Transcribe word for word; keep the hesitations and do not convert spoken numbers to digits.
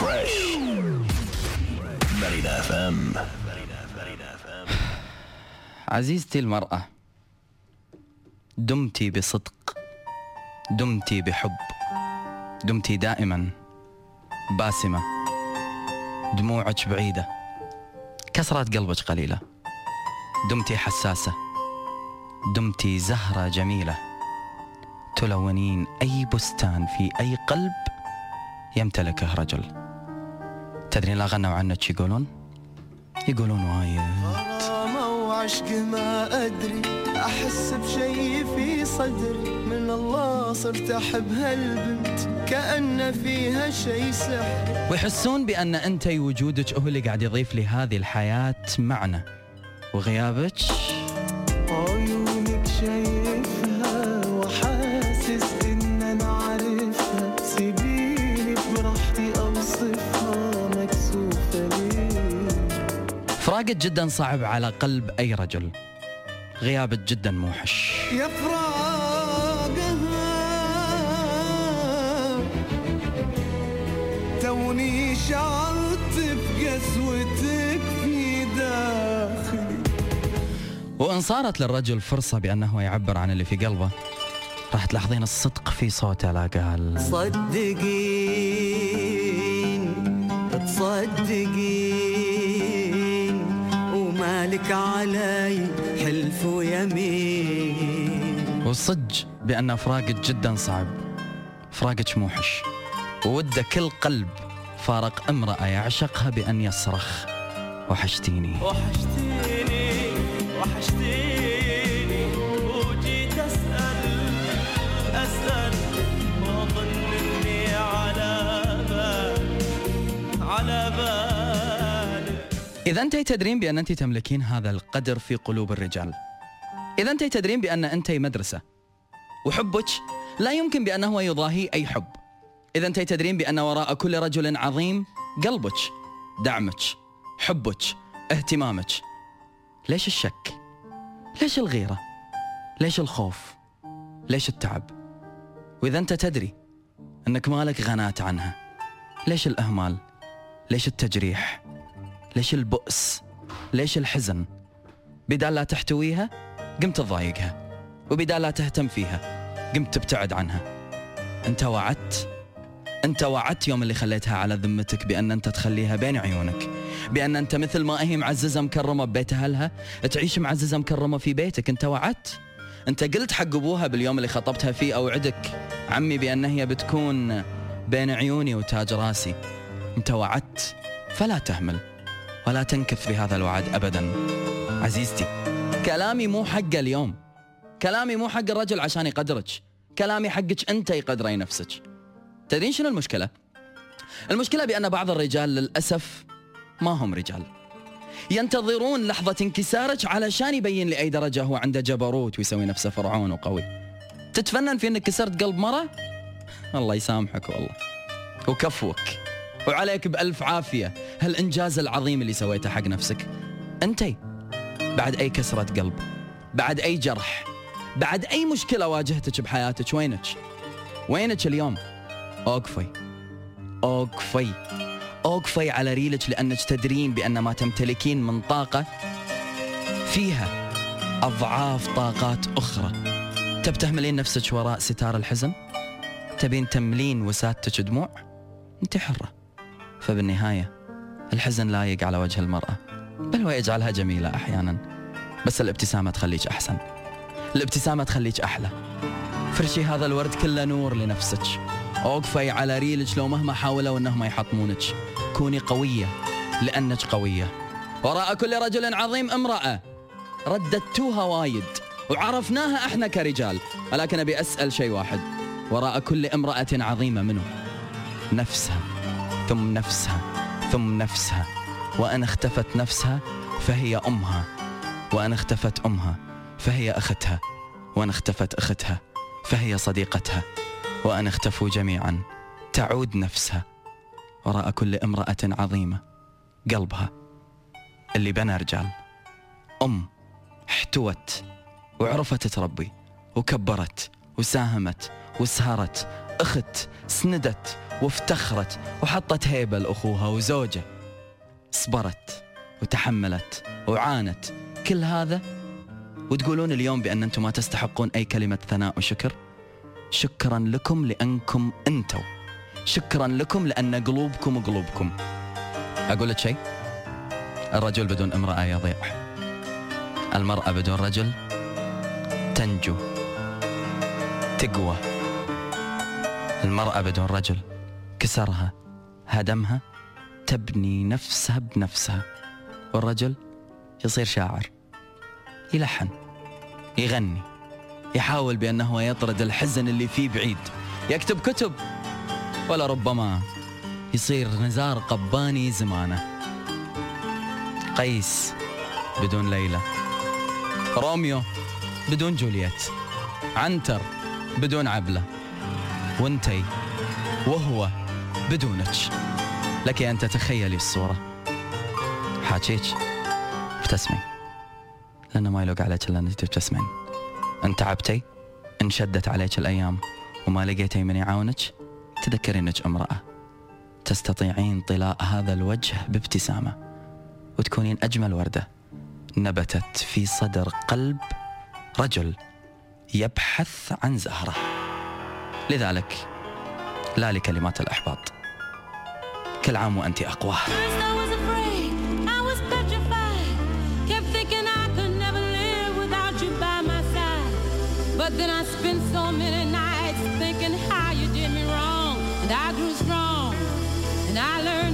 فريش بريدة اف ام. عزيزتي المرأة، دمتي بصدق، دمتي بحب، دمتي دائما باسمة، دموعك بعيدة، كسرات قلبك قليلة، دمتي حساسة، دمتي زهرة جميلة، تلونين أي بستان في أي قلب يمتلكه رجل. تدرين لا غنوا عنك يقولون يقولون وايد غرامة وعشق ما أدري، أحس بشي في صدري، من الله صرت أحب هالبنت كأن فيها شي سحر. ويحسون بأن أنتي وجودك هو اللي قاعد يضيف لهذه الحياة معنى، وغيابك عيونك شايفها وحاسس إن أنا عارفها، سيبيني براحتي أوصفها مكسوفة ليه. فراقك جدا صعب على قلب أي رجل، غيابك جدا موحش. يا فراقها توني شعرت بقسوتك في داخلي. وإن صارت للرجل فرصة بأنه يعبر عن اللي في قلبه، راح تلاحظين الصدق في صوته. لا قال صدقين تصدقين ومالك علي حلف ويمين. والصج بأن فراقك جدا صعب، فراقك موحش، ووده كل قلب فارق امرأة يعشقها بأن يصرخ وحشتيني وحشتيني وحشتيني وجيت أسأل أسأل ما ظن إني على بال على بال. إذا أنتي تدرين بأن أنتي تملكين هذا القدر في قلوب الرجال، إذا أنتي تدرين بأن أنتي مدرسة وحبك لا يمكن بأنه يضاهي أي حب، إذا أنتي تدرين بأن وراء كل رجل عظيم قلبك، دعمك، حبك، اهتمامك، ليش الشك؟ ليش الغيرة؟ ليش الخوف؟ ليش التعب؟ وإذا أنت تدري أنك مالك غنات عنها، ليش الأهمال؟ ليش التجريح؟ ليش البؤس؟ ليش الحزن؟ بدال لا تحتويها قمت تضايقها، وبدال لا تهتم فيها قمت تبتعد عنها. أنت وعدت أنت وعدت يوم اللي خليتها على ذمتك بأن أنت تخليها بين عيونك، بأن أنت مثل ما هي معززة مكرمة ببيت أهلها تعيش معززة مكرمة في بيتك. أنت وعدت، أنت قلت حق أبوها باليوم اللي خطبتها فيه أوعدك عمي بأن هي بتكون بين عيوني وتاج راسي. أنت وعدت، فلا تهمل ولا تنكث بهذا الوعد أبدا. عزيزتي، كلامي مو حق اليوم، كلامي مو حق الرجل عشان يقدرك، كلامي حقك أنت يقدري نفسك. تدرين شنو المشكلة؟ المشكلة بأن بعض الرجال للأسف ما هم رجال، ينتظرون لحظة انكسارك علشان يبين لأي درجة هو عنده جبروت ويسوي نفسه فرعون وقوي. تتفنن في أنك كسرت قلب مرة؟ الله يسامحك والله وكفوك وعليك بألف عافية هالإنجاز العظيم اللي سويته حق نفسك. أنتي بعد أي كسرة قلب، بعد أي جرح، بعد أي مشكلة واجهتك بحياتك، وينك؟ وينك اليوم؟ أوقفي أوقفي أوقفي على ريلك، لأنك تدرين بأن ما تمتلكين من طاقة فيها أضعاف طاقات أخرى. تب تهملين نفسك وراء ستار الحزن؟ تبين تملين وسادتك دموع؟ أنت حرة. فبالنهاية الحزن لايق على وجه المرأة، بل ويجعلها جميلة أحيانا، بس الابتسامة تخليك أحسن، الابتسامة تخليك أحلى. فرشي هذا الورد كله نور لنفسك، اوقفي على ريلك لو مهما حاولوا انهم يحطمونك. كوني قوية لأنك قوية. وراء كل رجل عظيم امرأة، رددتوها وايد وعرفناها احنا كرجال، ولكن ابي اسأل شيء واحد، وراء كل امرأة عظيمة منه نفسها، ثم نفسها، ثم نفسها، وأن اختفت نفسها فهي أمها، وأن اختفت أمها فهي أختها، وأن اختفت أختها فهي صديقتها، وأن اختفوا جميعا تعود نفسها. وراء كل امرأة عظيمة قلبها اللي بنى رجال، أم احتوت وعرفت تربي وكبرت وساهمت وسهرت، أخت سندت وافتخرت وحطت هيبة لأخوها وزوجه، صبرت وتحملت وعانت كل هذا، وتقولون اليوم بأن أنتم ما تستحقون أي كلمة ثناء وشكر؟ شكرا لكم لأنكم أنتوا، شكرا لكم لأن قلوبكم قلوبكم. أقول لك شيء، الرجل بدون امرأة يضيع، المرأة بدون رجل تنجو تقوى. المرأة بدون رجل كسرها هدمها تبني نفسها بنفسها، والرجل يصير شاعر، يلحن يغني، يحاول بأنه يطرد الحزن اللي فيه بعيد، يكتب كتب، ولا ربما يصير نزار قباني زمانه. قيس بدون ليلى، روميو بدون جولييت، عنتر بدون عبلة، وانتي وهو بدونك. لك أن تتخيلي الصورة. حاجيك ابتسمي، لأنه ما يلوق عليك إلا أنك تبتسمين. أن تعبتي، إن شدت عليك الأيام وما لقيتي من يعاونك، تذكري أنك امرأة تستطيعين طلاء هذا الوجه بابتسامة، وتكونين أجمل وردة نبتت في صدر قلب رجل يبحث عن زهرة. لذلك لا لكلمات الإحباط، كل عام وأنت أقوى. But then I spent so many nights thinking how you did me wrong, and I grew strong, and I learned